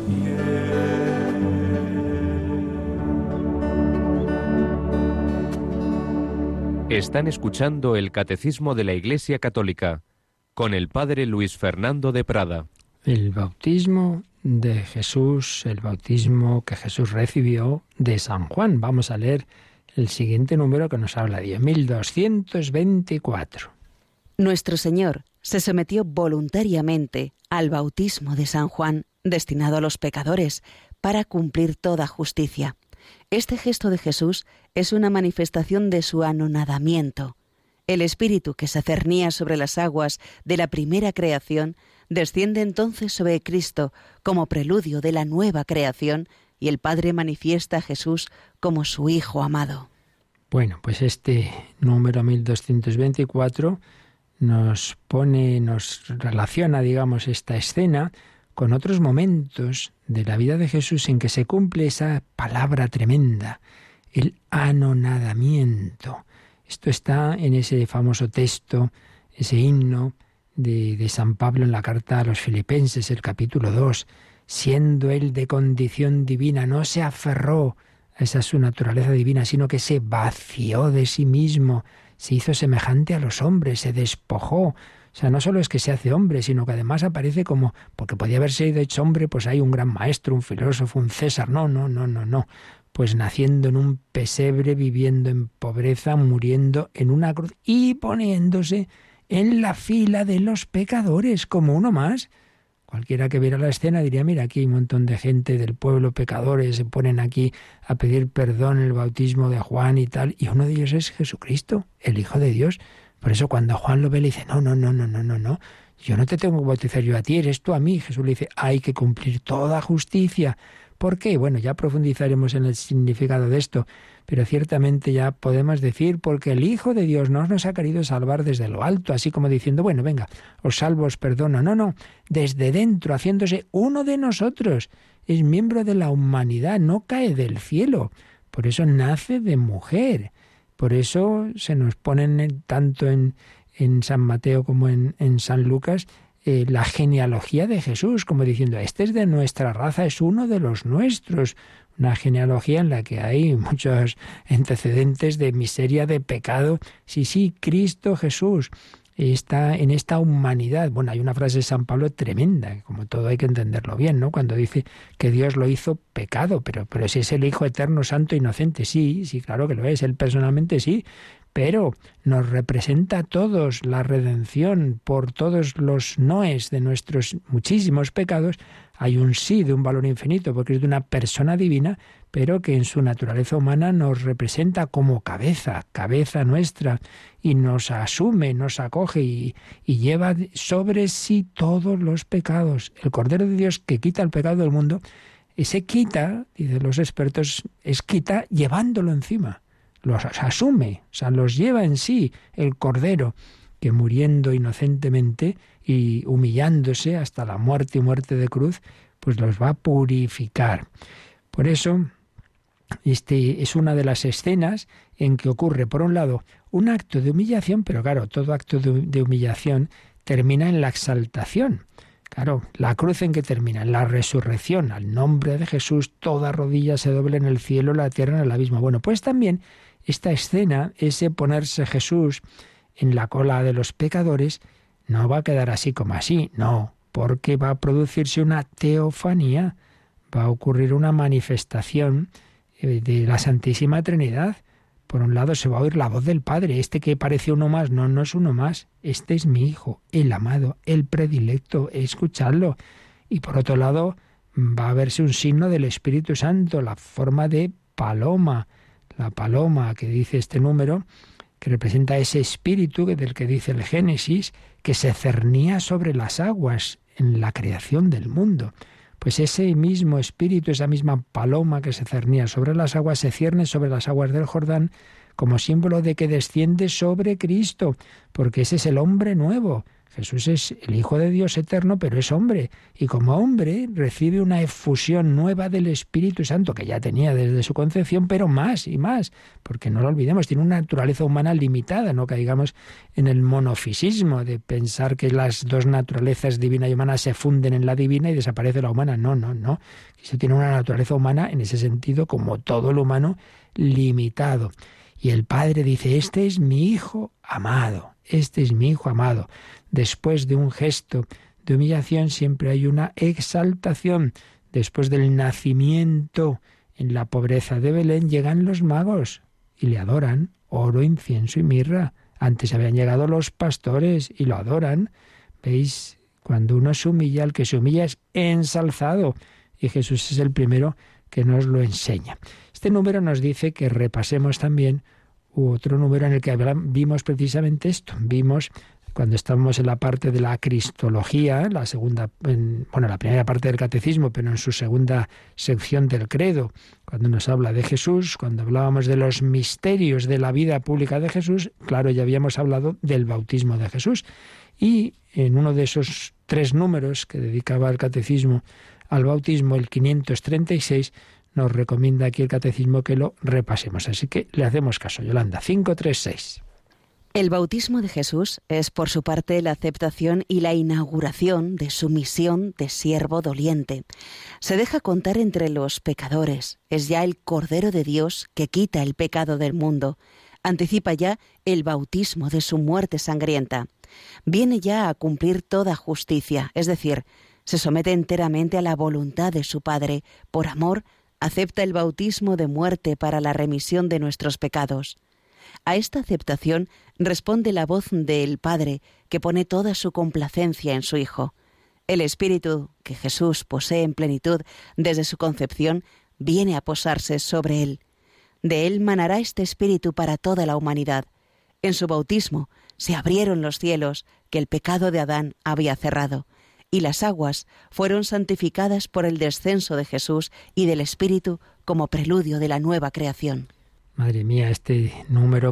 D: pies.
E: Están escuchando el Catecismo de la Iglesia Católica con el Padre Luis Fernando de Prada.
B: El bautismo de Jesús, el bautismo que Jesús recibió de San Juan. Vamos a leer el siguiente número que nos habla, 10.224.
C: Nuestro Señor se sometió voluntariamente al bautismo de San Juan, destinado a los pecadores, para cumplir toda justicia. Este gesto de Jesús es una manifestación de su anonadamiento. El Espíritu que se cernía sobre las aguas de la primera creación desciende entonces sobre Cristo como preludio de la nueva creación y el Padre manifiesta a Jesús como su Hijo amado.
B: Bueno, pues este número 1224 nos relaciona, digamos, esta escena con otros momentos de la vida de Jesús en que se cumple esa palabra tremenda, el anonadamiento. Esto está en ese famoso texto, ese himno de San Pablo en la carta a los Filipenses, el capítulo 2. Siendo él de condición divina, no se aferró a esa su naturaleza divina, sino que se vació de sí mismo, se hizo semejante a los hombres, se despojó. O sea, no solo es que se hace hombre, sino que además aparece como, porque podía haberse ido hecho hombre, pues hay un gran maestro, un filósofo, un César. No. Pues naciendo en un pesebre, viviendo en pobreza, muriendo en una cruz y poniéndose en la fila de los pecadores, como uno más. Cualquiera que viera la escena diría, mira, aquí hay un montón de gente del pueblo, pecadores, se ponen aquí a pedir perdón en el bautismo de Juan y tal, y uno de ellos es Jesucristo, el Hijo de Dios. Por eso cuando Juan lo ve le dice, no, yo no te tengo que bautizar yo a ti, eres tú a mí. Jesús le dice, hay que cumplir toda justicia. ¿Por qué? Bueno, ya profundizaremos en el significado de esto, pero ciertamente ya podemos decir porque el Hijo de Dios no nos ha querido salvar desde lo alto, así como diciendo, bueno, venga, os salvo, os perdono. No, desde dentro, haciéndose uno de nosotros. Es miembro de la humanidad, no cae del cielo. Por eso nace de mujer. Por eso se nos ponen tanto en San Mateo como en San Lucas la genealogía de Jesús, como diciendo, este es de nuestra raza, es uno de los nuestros. Una genealogía en la que hay muchos antecedentes de miseria, de pecado. Sí, Cristo Jesús está en esta humanidad. Bueno, hay una frase de San Pablo tremenda, como todo hay que entenderlo bien, ¿no? Cuando dice que Dios lo hizo pecado, pero si es el Hijo eterno, santo, inocente, sí, claro que lo es, él personalmente sí, pero nos representa a todos la redención por todos los noes de nuestros muchísimos pecados. Hay un sí de un valor infinito, porque es de una persona divina, pero que en su naturaleza humana nos representa como cabeza nuestra, y nos asume, nos acoge y lleva sobre sí todos los pecados. El Cordero de Dios que quita el pecado del mundo, ese quita, dicen los expertos, es quita llevándolo encima. Los asume, o sea, los lleva en sí el Cordero, que muriendo inocentemente y humillándose hasta la muerte y muerte de cruz, pues los va a purificar. Por eso, es una de las escenas en que ocurre, por un lado, un acto de humillación, pero claro, todo acto de humillación termina en la exaltación. Claro, la cruz en que termina, en la resurrección, al nombre de Jesús, toda rodilla se doble en el cielo, la tierra, en el abismo. Bueno, pues también esta escena, ese ponerse Jesús en la cola de los pecadores, no va a quedar así como así, no, porque va a producirse una teofanía, va a ocurrir una manifestación de la Santísima Trinidad. Por un lado se va a oír la voz del Padre, este que parece uno más, no es uno más, este es mi Hijo, el amado, el predilecto, escuchadlo. Y por otro lado va a verse un signo del Espíritu Santo, la forma de paloma, la paloma que dice este número, que representa ese espíritu del que dice el Génesis, que se cernía sobre las aguas en la creación del mundo. Pues ese mismo espíritu, esa misma paloma que se cernía sobre las aguas, se cierne sobre las aguas del Jordán como símbolo de que desciende sobre Cristo, porque ese es el hombre nuevo. Jesús es el Hijo de Dios eterno, pero es hombre, y como hombre recibe una efusión nueva del Espíritu Santo, que ya tenía desde su concepción, pero más y más, porque no lo olvidemos, tiene una naturaleza humana limitada, no caigamos en el monofisismo de pensar que las dos naturalezas, divina y humana, se funden en la divina y desaparece la humana. No. Se tiene una naturaleza humana, en ese sentido, como todo lo humano, limitado. Y el Padre dice, este es mi Hijo amado, este es mi Hijo amado. Después de un gesto de humillación siempre hay una exaltación. Después del nacimiento en la pobreza de Belén llegan los magos y le adoran, oro, incienso y mirra. Antes habían llegado los pastores y lo adoran. ¿Veis? Cuando uno se humilla, el que se humilla es ensalzado. Y Jesús es el primero que nos lo enseña. Este número nos dice que repasemos también otro número en el que vimos precisamente esto. Vimos, cuando estábamos en la parte de la cristología, la primera parte del catecismo, pero en su segunda sección del credo, cuando nos habla de Jesús, cuando hablábamos de los misterios de la vida pública de Jesús, claro, ya habíamos hablado del bautismo de Jesús. Y en uno de esos 3 números que dedicaba el catecismo al bautismo, el 536, nos recomienda aquí el Catecismo que lo repasemos. Así que le hacemos caso. Yolanda, 536.
C: El bautismo de Jesús es, por su parte, la aceptación y la inauguración de su misión de siervo doliente. Se deja contar entre los pecadores. Es ya el Cordero de Dios que quita el pecado del mundo. Anticipa ya el bautismo de su muerte sangrienta. Viene ya a cumplir toda justicia, es decir, se somete enteramente a la voluntad de su Padre. Por amor, acepta el bautismo de muerte para la remisión de nuestros pecados. A esta aceptación responde la voz del Padre, que pone toda su complacencia en su Hijo. El Espíritu que Jesús posee en plenitud desde su concepción viene a posarse sobre él. De él manará este Espíritu para toda la humanidad. En su bautismo se abrieron los cielos que el pecado de Adán había cerrado, y las aguas fueron santificadas por el descenso de Jesús y del Espíritu como preludio de la nueva creación.
B: Madre mía, este número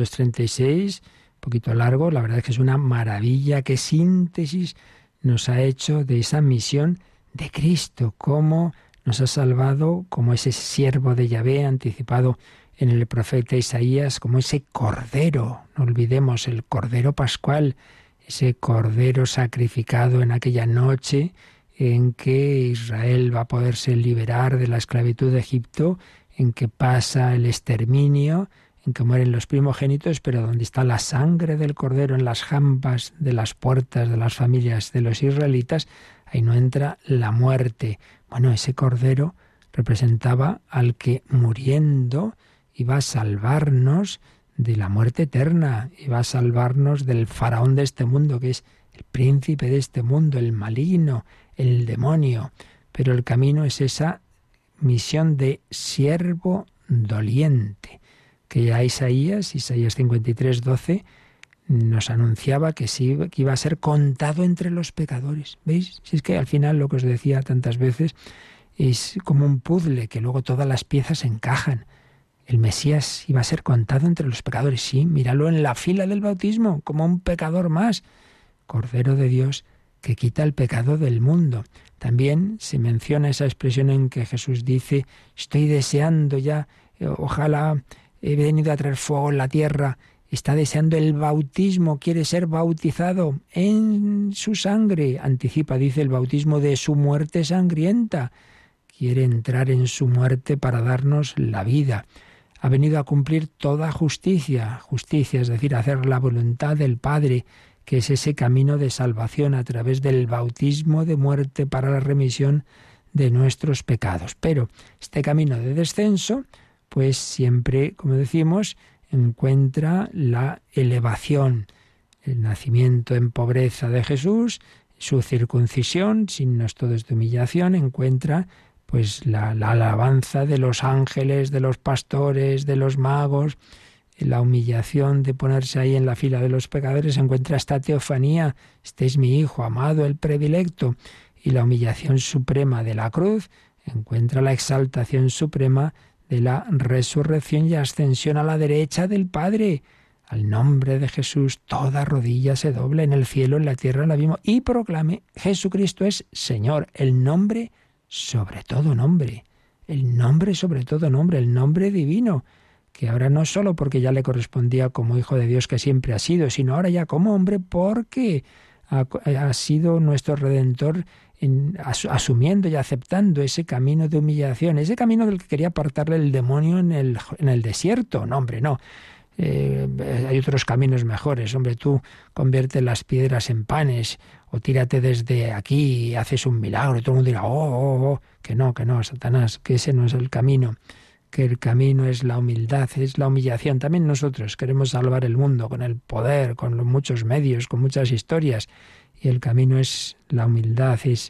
B: 536, un poquito largo, la verdad es que es una maravilla. Qué síntesis nos ha hecho de esa misión de Cristo, cómo nos ha salvado como ese siervo de Yahvé anticipado en el profeta Isaías, como ese cordero, no olvidemos el cordero pascual, ese cordero sacrificado en aquella noche en que Israel va a poderse liberar de la esclavitud de Egipto, en que pasa el exterminio, en que mueren los primogénitos, pero donde está la sangre del cordero en las jambas de las puertas de las familias de los israelitas, ahí no entra la muerte. Bueno, ese cordero representaba al que muriendo iba a salvarnos de la muerte eterna, iba a salvarnos del faraón de este mundo, que es el príncipe de este mundo, el maligno, el demonio. Pero el camino es esa misión de siervo doliente, que ya Isaías 53:12, nos anunciaba que sí, que iba a ser contado entre los pecadores. ¿Veis? Si es que al final lo que os decía tantas veces es como un puzzle, que luego todas las piezas encajan. El Mesías iba a ser contado entre los pecadores. Sí, míralo en la fila del bautismo, como un pecador más. Cordero de Dios que quita el pecado del mundo. También se menciona esa expresión en que Jesús dice: estoy deseando ya, ojalá, he venido a traer fuego en la tierra. Está deseando el bautismo, quiere ser bautizado en su sangre. Anticipa, dice, el bautismo de su muerte sangrienta. Quiere entrar en su muerte para darnos la vida. Ha venido a cumplir toda justicia. Justicia, es decir, hacer la voluntad del Padre, que es ese camino de salvación a través del bautismo de muerte para la remisión de nuestros pecados. Pero este camino de descenso, pues siempre, como decimos, encuentra la elevación, el nacimiento en pobreza de Jesús, su circuncisión, signos todos de humillación, encuentra pues la alabanza de los ángeles, de los pastores, de los magos, la humillación de ponerse ahí en la fila de los pecadores, encuentra esta teofanía: este es mi Hijo amado, el predilecto, y la humillación suprema de la cruz, encuentra la exaltación suprema de la resurrección y ascensión a la derecha del Padre. Al nombre de Jesús toda rodilla se doble en el cielo, en la tierra, en el abismo, y proclame: Jesucristo es Señor, el nombre sobre todo nombre, el nombre sobre todo nombre, el nombre divino, que ahora no solo porque ya le correspondía como Hijo de Dios, que siempre ha sido, sino ahora ya como hombre, porque ha sido nuestro Redentor, asumiendo y aceptando ese camino de humillación, ese camino del que quería apartarle el demonio en el desierto. No, hombre, no. Hay otros caminos mejores. Hombre, tú conviertes las piedras en panes, o tírate desde aquí y haces un milagro, y todo el mundo dirá: oh, que no, Satanás, que ese no es el camino, que el camino es la humildad, es la humillación. También nosotros queremos salvar el mundo con el poder, con los muchos medios, con muchas historias, y el camino es la humildad, es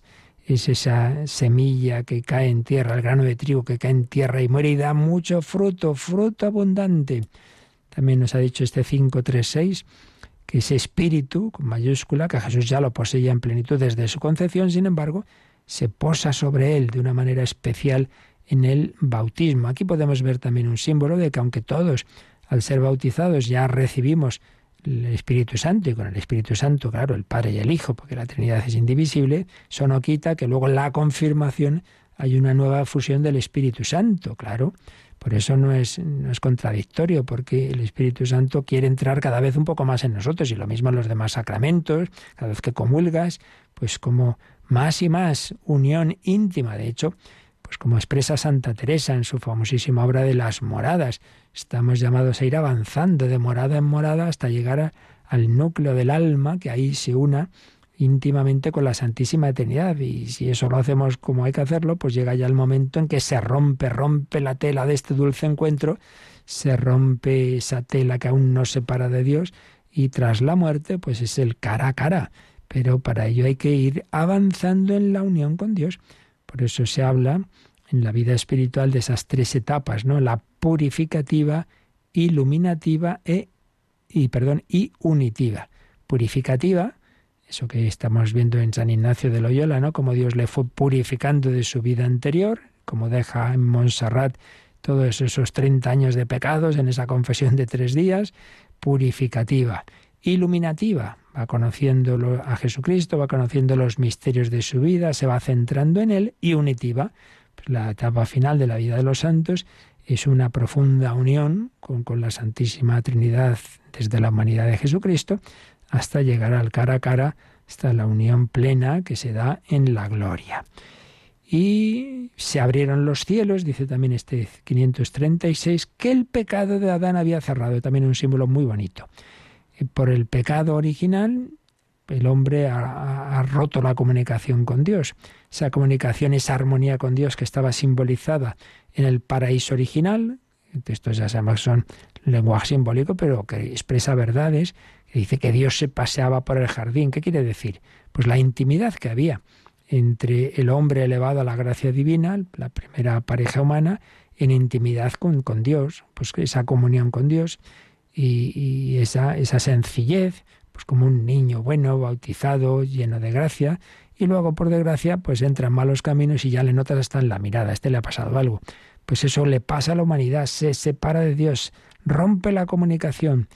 B: esa semilla que cae en tierra, el grano de trigo que cae en tierra y muere y da mucho fruto, fruto abundante. También nos ha dicho este 536 que ese espíritu, con mayúscula, que Jesús ya lo poseía en plenitud desde su concepción, sin embargo, se posa sobre él de una manera especial en el bautismo. Aquí podemos ver también un símbolo de que aunque todos, al ser bautizados, ya recibimos el Espíritu Santo, y con el Espíritu Santo, claro, el Padre y el Hijo, porque la Trinidad es indivisible, eso no quita que luego la confirmación hay una nueva fusión del Espíritu Santo, claro. Por eso no es contradictorio, porque el Espíritu Santo quiere entrar cada vez un poco más en nosotros, y lo mismo en los demás sacramentos. Cada vez que comulgas, pues como más y más unión íntima. De hecho, pues como expresa Santa Teresa en su famosísima obra de las moradas, estamos llamados a ir avanzando de morada en morada hasta llegar al núcleo del alma, que ahí se una íntimamente con la Santísima Trinidad. Y si eso lo hacemos como hay que hacerlo, pues llega ya el momento en que se rompe la tela de este dulce encuentro, se rompe esa tela que aún nos separa de Dios, y tras la muerte pues es el cara a cara. Pero para ello hay que ir avanzando en la unión con Dios. Por eso se habla en la vida espiritual de esas tres etapas, ¿no? La purificativa, iluminativa y unitiva. Purificativa, eso que estamos viendo en San Ignacio de Loyola, ¿no? Como Dios le fue purificando de su vida anterior, como deja en Montserrat todos esos 30 años de pecados en esa confesión de 3 días. Purificativa. Iluminativa, va conociendo a Jesucristo, va conociendo los misterios de su vida, se va centrando en él. Y unitiva, pues la etapa final de la vida de los santos es una profunda unión con la Santísima Trinidad desde la humanidad de Jesucristo, hasta llegar al cara a cara, hasta la unión plena que se da en la gloria. Y se abrieron los cielos, dice también este 536, que el pecado de Adán había cerrado, también un símbolo muy bonito. Por el pecado original, el hombre ha roto la comunicación con Dios. Esa comunicación, esa armonía con Dios que estaba simbolizada en el paraíso original, estos ya sabemos que son lenguaje simbólico, pero que expresa verdades, que dice que Dios se paseaba por el jardín. ¿Qué quiere decir? Pues la intimidad que había entre el hombre elevado a la gracia divina, la primera pareja humana, en intimidad con Dios, pues esa comunión con Dios. Y esa sencillez, pues como un niño bueno, bautizado, lleno de gracia, y luego, por desgracia, pues entra en malos caminos y ya le notas hasta en la mirada, a este le ha pasado algo. Pues eso le pasa a la humanidad, se separa de Dios, rompe la comunicación.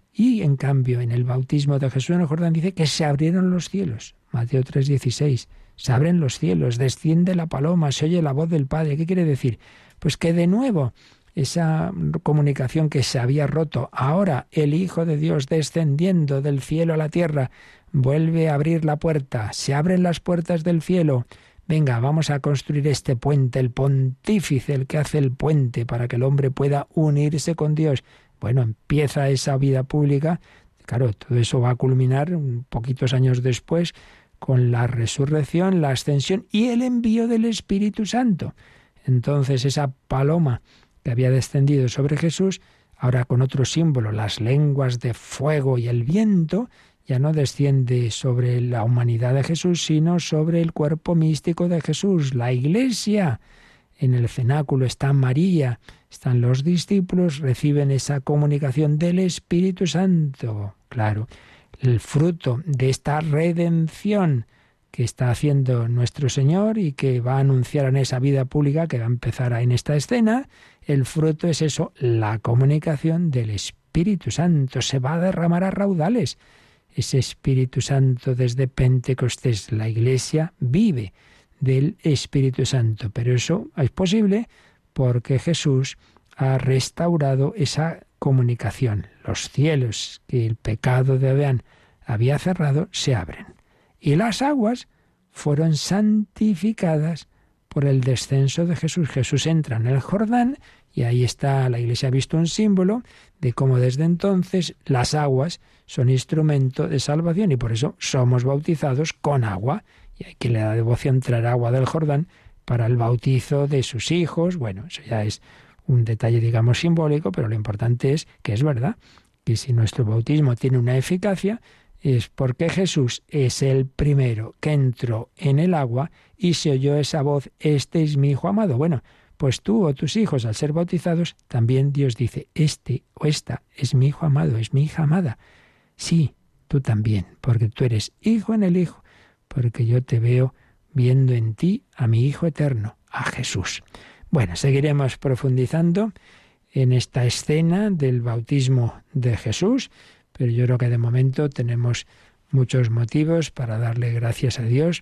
B: Y en cambio, en el bautismo de Jesús en el Jordán dice que se abrieron los cielos. Mateo 3,16. Se abren los cielos, desciende la paloma, se oye la voz del Padre. ¿Qué quiere decir? Pues que de nuevo esa comunicación que se había roto, ahora el Hijo de Dios descendiendo del cielo a la tierra, vuelve a abrir la puerta, se abren las puertas del cielo. Venga, vamos a construir este puente, el pontífice, el que hace el puente para que el hombre pueda unirse con Dios. Bueno, empieza esa vida pública. Claro, todo eso va a culminar poquitos años después con la resurrección, la ascensión y el envío del Espíritu Santo. Entonces esa paloma que había descendido sobre Jesús, ahora con otro símbolo, las lenguas de fuego y el viento, ya no desciende sobre la humanidad de Jesús, sino sobre el cuerpo místico de Jesús, la Iglesia. En el cenáculo está María, están los discípulos, reciben esa comunicación del Espíritu Santo. Claro, el fruto de esta redención que está haciendo nuestro Señor y que va a anunciar en esa vida pública que va a empezar en esta escena, el fruto es eso, la comunicación del Espíritu Santo. Se va a derramar a raudales. Ese Espíritu Santo desde Pentecostés, la Iglesia vive del Espíritu Santo. Pero eso es posible porque Jesús ha restaurado esa comunicación. Los cielos que el pecado de Adán había cerrado se abren. Y las aguas fueron santificadas por el descenso de Jesús. Jesús entra en el Jordán y ahí está, la Iglesia ha visto un símbolo de cómo desde entonces las aguas son instrumento de salvación y por eso somos bautizados con agua. Y hay quien le da devoción traer agua del Jordán para el bautizo de sus hijos. Bueno, eso ya es un detalle, digamos, simbólico, pero lo importante es que es verdad, que si nuestro bautismo tiene una eficacia, es porque Jesús es el primero que entró en el agua y se oyó esa voz, este es mi Hijo amado. Bueno, pues tú o tus hijos al ser bautizados, también Dios dice, este o esta es mi Hijo amado, es mi hija amada. Sí, tú también, porque tú eres hijo en el Hijo, porque yo te veo viendo en ti a mi Hijo eterno, a Jesús. Bueno, seguiremos profundizando en esta escena del bautismo de Jesús, pero yo creo que de momento tenemos muchos motivos para darle gracias a Dios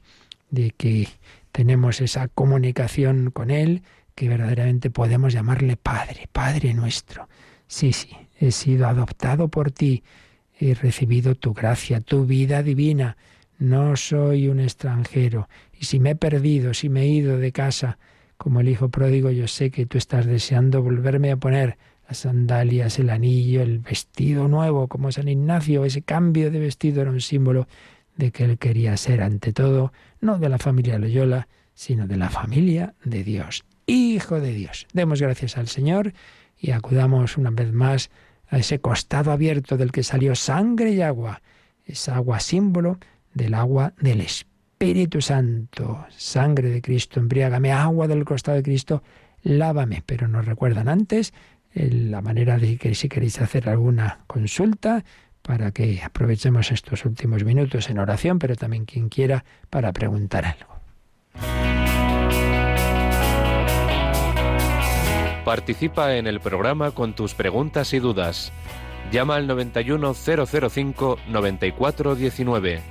B: de que tenemos esa comunicación con Él, que verdaderamente podemos llamarle Padre, Padre nuestro. Sí, sí, he sido adoptado por ti, he recibido tu gracia, tu vida divina, no soy un extranjero, y si me he perdido, si me he ido de casa, como el hijo pródigo, yo sé que tú estás deseando volverme a poner las sandalias, el anillo, el vestido nuevo, como San Ignacio. Ese cambio de vestido era un símbolo de que él quería ser, ante todo, no de la familia Loyola, sino de la familia de Dios, Hijo de Dios. Demos gracias al Señor y acudamos una vez más a ese costado abierto del que salió sangre y agua, esa agua símbolo del agua del Espíritu Santo. Sangre de Cristo, embriágame, agua del costado de Cristo, lávame. Pero nos recuerdan antes la manera de que si queréis hacer alguna consulta, para que aprovechemos estos últimos minutos en oración, pero también quien quiera para preguntar algo.
E: Participa en el programa con tus preguntas y dudas. Llama al 91005-9419.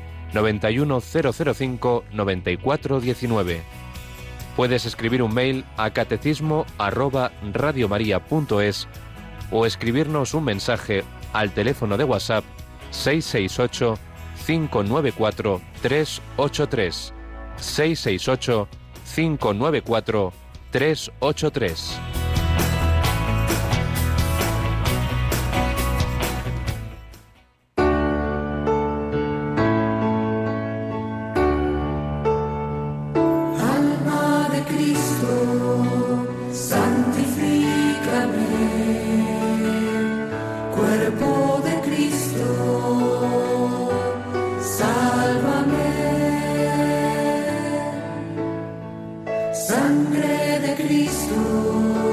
E: 91005-9419. Puedes escribir un mail a catecismo@radiomaria.es o escribirnos un mensaje al teléfono de WhatsApp 668-594-383. 668-594-383.
F: Sangre de Cristo.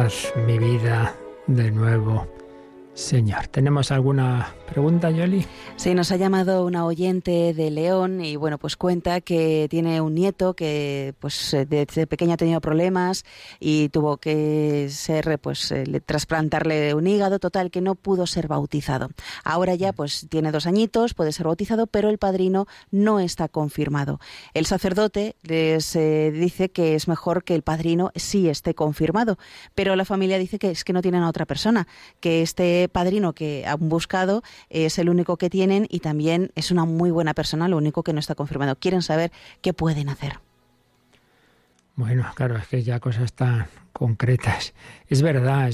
B: haz mi vida de nuevo, Señor. ¿Tenemos alguna pregunta, Yoli?
C: Sí, nos ha llamado una oyente de León y bueno, pues cuenta que tiene un nieto que pues desde pequeño ha tenido problemas y tuvo que ser trasplantarle un hígado, total que no pudo ser bautizado. Ahora ya pues tiene 2 añitos, puede ser bautizado, pero el padrino no está confirmado. El sacerdote les dice que es mejor que el padrino sí esté confirmado, pero la familia dice que es que no tienen a otra persona, que este padrino que han buscado es el único que tienen y también es una muy buena persona, lo único que no está confirmado. Quieren saber qué pueden hacer.
B: Bueno, claro, es que ya cosas tan concretas. Es verdad.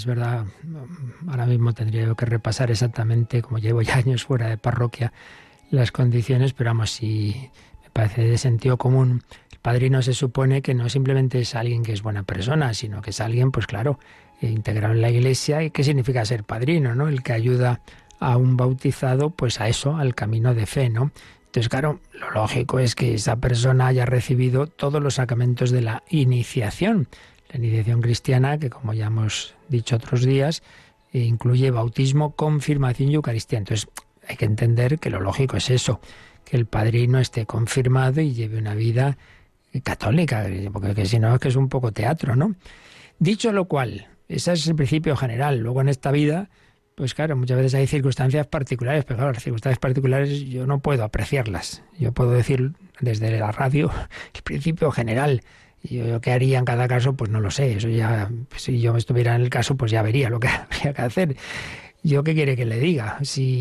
B: Ahora mismo tendría yo que repasar exactamente, como llevo ya años fuera de parroquia, las condiciones, pero vamos, si me parece de sentido común. El padrino se supone que no simplemente es alguien que es buena persona, sino que es alguien, pues claro, integrado en la Iglesia. ¿Y qué significa ser padrino, no? El que ayuda a un bautizado, pues a eso, al camino de fe, ¿no? Entonces, claro, lo lógico es que esa persona haya recibido todos los sacramentos de la iniciación. La iniciación cristiana, que como ya hemos dicho otros días, incluye bautismo, confirmación y Eucaristía. Entonces, hay que entender que lo lógico es eso, que el padrino esté confirmado y lleve una vida católica, porque si no es que es un poco teatro, ¿no? Dicho lo cual, ese es el principio general. Luego en esta vida, pues claro, muchas veces hay circunstancias particulares, pero claro, las circunstancias particulares yo no puedo apreciarlas. Yo puedo decir desde la radio el principio general. Yo qué haría en cada caso, pues no lo sé. Eso ya, si yo estuviera en el caso, pues ya vería lo que habría que hacer. ¿Yo qué quiere que le diga?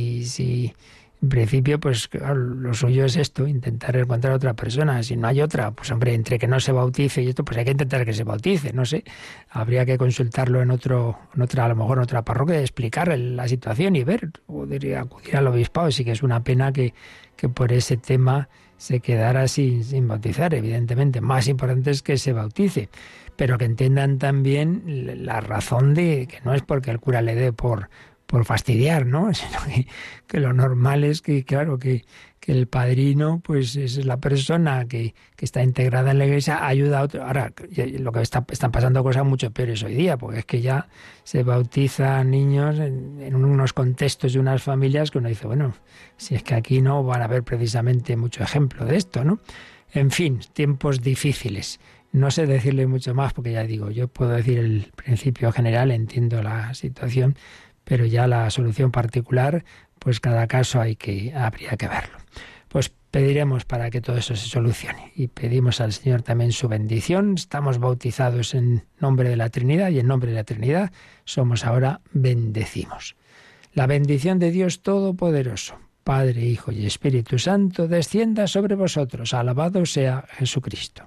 B: Si en principio, pues claro, lo suyo es esto, intentar encontrar a otra persona. Si no hay otra, pues hombre, entre que no se bautice y esto, pues hay que intentar que se bautice, no sé. Habría que consultarlo en otra, a lo mejor en otra parroquia, explicar la situación y ver, o acudir al obispado. Sí que es una pena que por ese tema se quedara sin bautizar, evidentemente. Más importante es que se bautice, pero que entiendan también la razón de que no es porque el cura le dé por fastidiar, ¿no? Sino que lo normal es que, claro, que el padrino, pues es la persona que está integrada en la Iglesia, ayuda a otro. Ahora, lo que están pasando cosas mucho peores hoy día, porque es que ya se bautizan niños en unos contextos y unas familias que uno dice, bueno, si es que aquí no van a haber precisamente mucho ejemplo de esto, ¿no? En fin, tiempos difíciles. No sé decirle mucho más, porque ya digo, yo puedo decir el principio general, entiendo la situación, pero ya la solución particular, pues cada caso habría que verlo. Pues pediremos para que todo eso se solucione y pedimos al Señor también su bendición. Estamos bautizados en nombre de la Trinidad y en nombre de la Trinidad somos ahora bendecimos. La bendición de Dios Todopoderoso, Padre, Hijo y Espíritu Santo, descienda sobre vosotros. Alabado sea Jesucristo.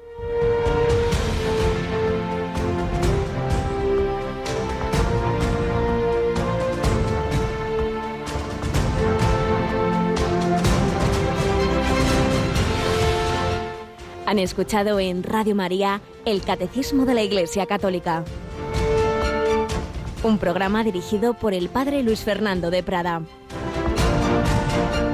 A: Han escuchado en Radio María el Catecismo de la Iglesia Católica, un programa dirigido por el Padre Luis Fernando de Prada.